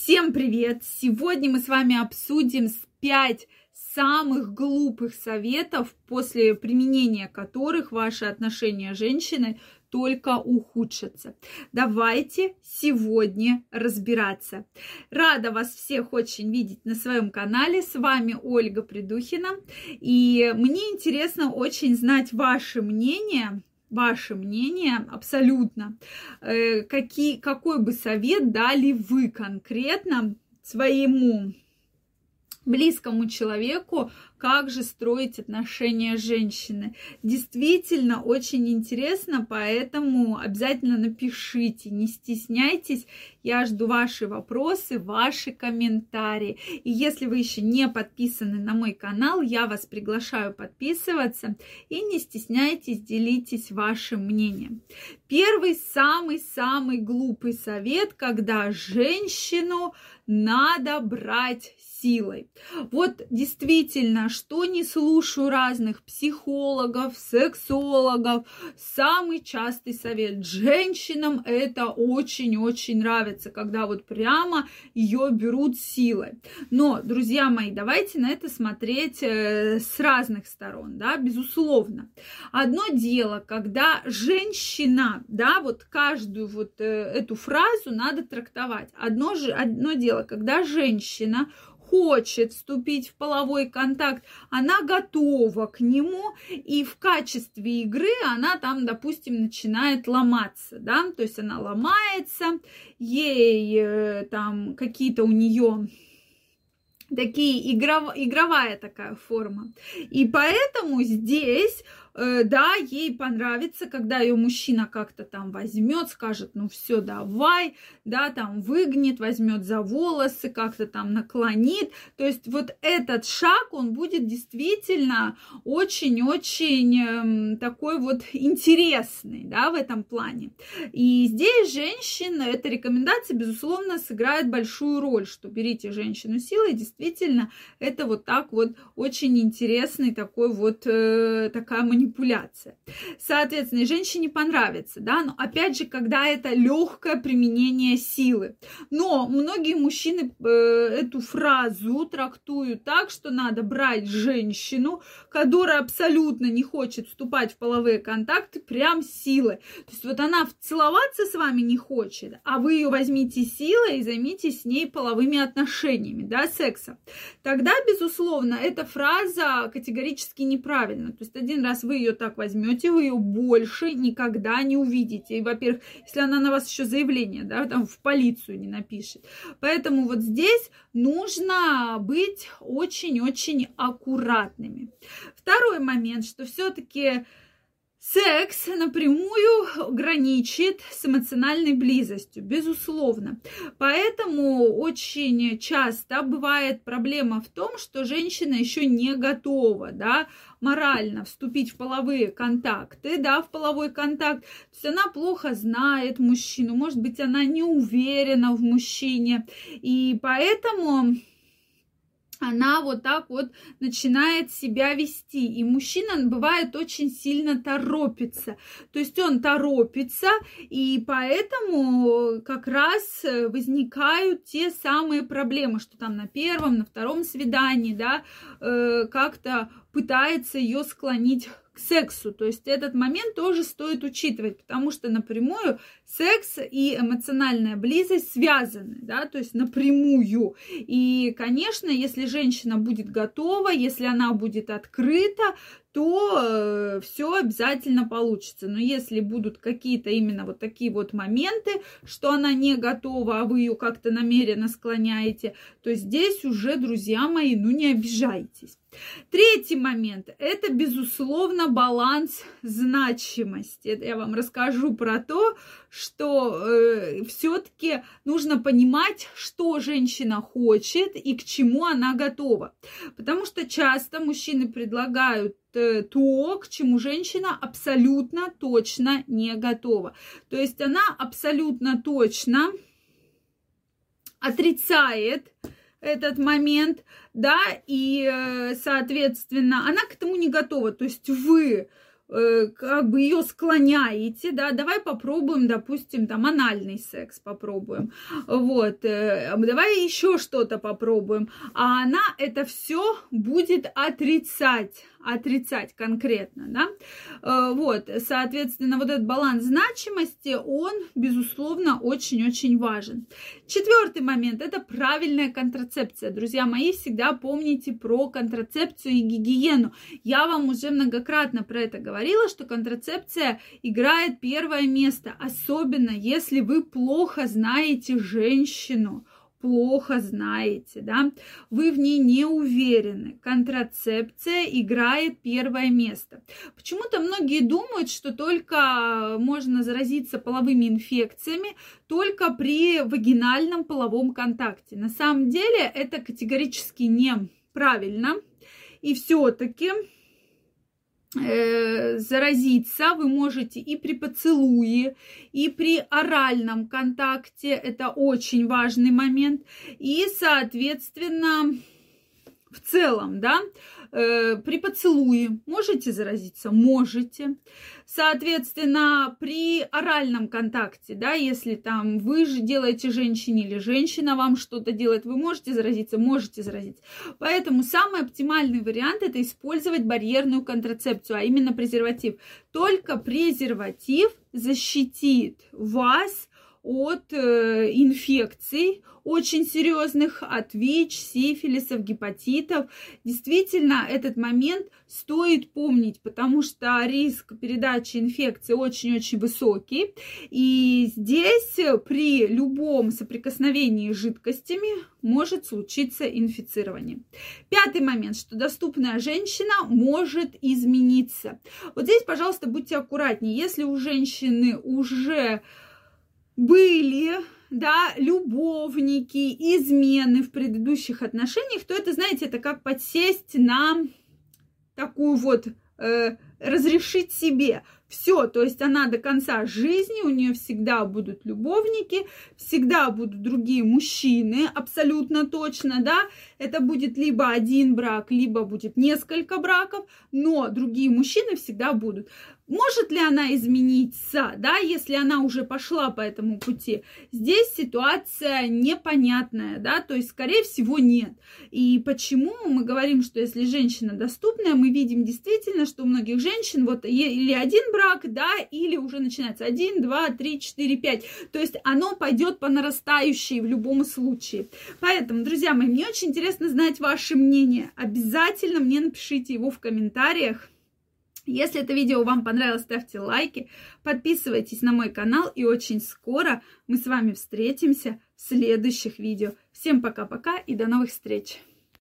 Всем привет! Сегодня мы с вами обсудим 5 самых глупых советов, после применения которых ваши отношения с женщиной только ухудшатся. Давайте сегодня разбираться. Рада вас всех очень видеть на своем канале. С вами Ольга Придухина. И мне интересно очень знать ваше мнение абсолютно. Какой бы совет дали вы конкретно своему близкому человеку, как же строить отношения с женщиной. Действительно очень интересно, поэтому обязательно напишите, не стесняйтесь. Я жду ваши вопросы, ваши комментарии. И если вы еще не подписаны на мой канал, я вас приглашаю подписываться. И не стесняйтесь, делитесь вашим мнением. Первый, самый глупый совет, когда женщину надо брать силой. Вот действительно, что не слушаю разных психологов, сексологов, самый частый совет: женщинам это очень-очень нравится, когда вот прямо ее берут силой. Но, друзья мои, давайте на это смотреть с разных сторон, да, безусловно. Одно дело, когда женщина, да, вот каждую вот эту фразу надо трактовать. Одно дело, когда женщина хочет вступить в половой контакт, она готова к нему, и в качестве игры она там, допустим, начинает ломаться, да, то есть она ломается, ей там какие-то у нее такие игровая такая форма. И поэтому здесь, да, ей понравится, когда ее мужчина как-то там возьмет, скажет: ну все, давай, да, там выгнет, возьмет за волосы, как-то там наклонит. То есть вот этот шаг, он будет действительно очень-очень такой вот интересный, да, в этом плане. И здесь женщина, эта рекомендация, безусловно, сыграет большую роль, что берите женщину силой, действительно, это вот так вот очень интересный такой вот, такая манипуляция. Соответственно, и женщине понравится, да, но опять же, когда это легкое применение силы. Но многие мужчины эту фразу трактуют так, что надо брать женщину, которая абсолютно не хочет вступать в половые контакты, прям силой. То есть вот она целоваться с вами не хочет, а вы ее возьмите силой и займитесь с ней половыми отношениями, да, сексом. Тогда, безусловно, эта фраза категорически неправильна. То есть один раз вы ее так возьмете, вы ее больше никогда не увидите. И, во-первых, если она на вас еще заявление, да, там в полицию не напишет. Поэтому вот здесь нужно быть очень-очень аккуратными. Второй момент, что все-таки секс напрямую граничит с эмоциональной близостью, безусловно. Поэтому очень часто бывает проблема в том, что женщина еще не готова, да, морально вступить в половые контакты, да, в половой контакт. То есть она плохо знает мужчину, может быть, она не уверена в мужчине. И поэтому она вот так вот начинает себя вести. И мужчина, бывает, очень сильно торопится. То есть он торопится, и поэтому как раз возникают те самые проблемы, что там на первом, на втором свидании, да, как-то пытается ее склонить к сексу. То есть этот момент тоже стоит учитывать, потому что напрямую секс и эмоциональная близость связаны, да, то есть напрямую. И, конечно, если женщина будет готова, если она будет открыта, то все обязательно получится. Но если будут какие-то именно вот такие вот моменты, что она не готова, а вы ее как-то намеренно склоняете, то здесь уже, друзья мои, ну не обижайтесь. Третий момент – это, безусловно, баланс значимости. Это я вам расскажу про то, что все-таки нужно понимать, что женщина хочет и к чему она готова. Потому что часто мужчины предлагают то, к чему женщина абсолютно точно не готова. То есть она абсолютно точно отрицает этот момент, да, и, соответственно, она к этому не готова. То есть вы как бы ее склоняете, да, давай попробуем, допустим, там анальный секс попробуем, вот, давай еще что-то попробуем, а она это все будет отрицать конкретно, да, вот, соответственно, вот этот баланс значимости, он, безусловно, очень-очень важен. Четвертый момент – это правильная контрацепция. Друзья мои, всегда помните про контрацепцию и гигиену. Я вам уже многократно про это говорила, что контрацепция играет первое место, особенно если вы плохо знаете женщину, плохо знаете, да, вы в ней не уверены. Контрацепция играет первое место. Почему-то многие думают, что только можно заразиться половыми инфекциями только при вагинальном половом контакте. На самом деле это категорически неправильно. И все-таки заразиться вы можете и при поцелуе, и при оральном контакте. Это очень важный момент. И, соответственно, в целом, да, при поцелуе можете заразиться? Можете. Соответственно, при оральном контакте, да, если там вы же делаете женщине или женщина вам что-то делает, вы можете заразиться? Можете заразиться. Поэтому самый оптимальный вариант – это использовать барьерную контрацепцию, а именно презерватив. Только презерватив защитит вас от инфекций очень серьезных, от ВИЧ, сифилисов, гепатитов. Действительно, этот момент стоит помнить, потому что риск передачи инфекции очень-очень высокий. И здесь при любом соприкосновении с жидкостями может случиться инфицирование. Пятый момент, что доступная женщина может измениться. Вот здесь, пожалуйста, будьте аккуратнее. Если у женщины уже были, да, любовники, измены в предыдущих отношениях, то это, знаете, это как подсесть на такую вот, разрешить себе все, то есть она до конца жизни, у нее всегда будут любовники, всегда будут другие мужчины, абсолютно точно, да, это будет либо один брак, либо будет несколько браков, но другие мужчины всегда будут. Может ли она измениться, да, если она уже пошла по этому пути? Здесь ситуация непонятная, да, то есть, скорее всего, нет. И почему мы говорим, что если женщина доступная, мы видим действительно, что у многих женщин вот или один брак, да, или уже начинается 1, 2, 3, 4, 5. То есть оно пойдет по нарастающей в любом случае. Поэтому, друзья мои, мне очень интересно знать ваше мнение. Обязательно мне напишите его в комментариях. Если это видео вам понравилось, ставьте лайки, подписывайтесь на мой канал, и очень скоро мы с вами встретимся в следующих видео. Всем пока-пока и до новых встреч!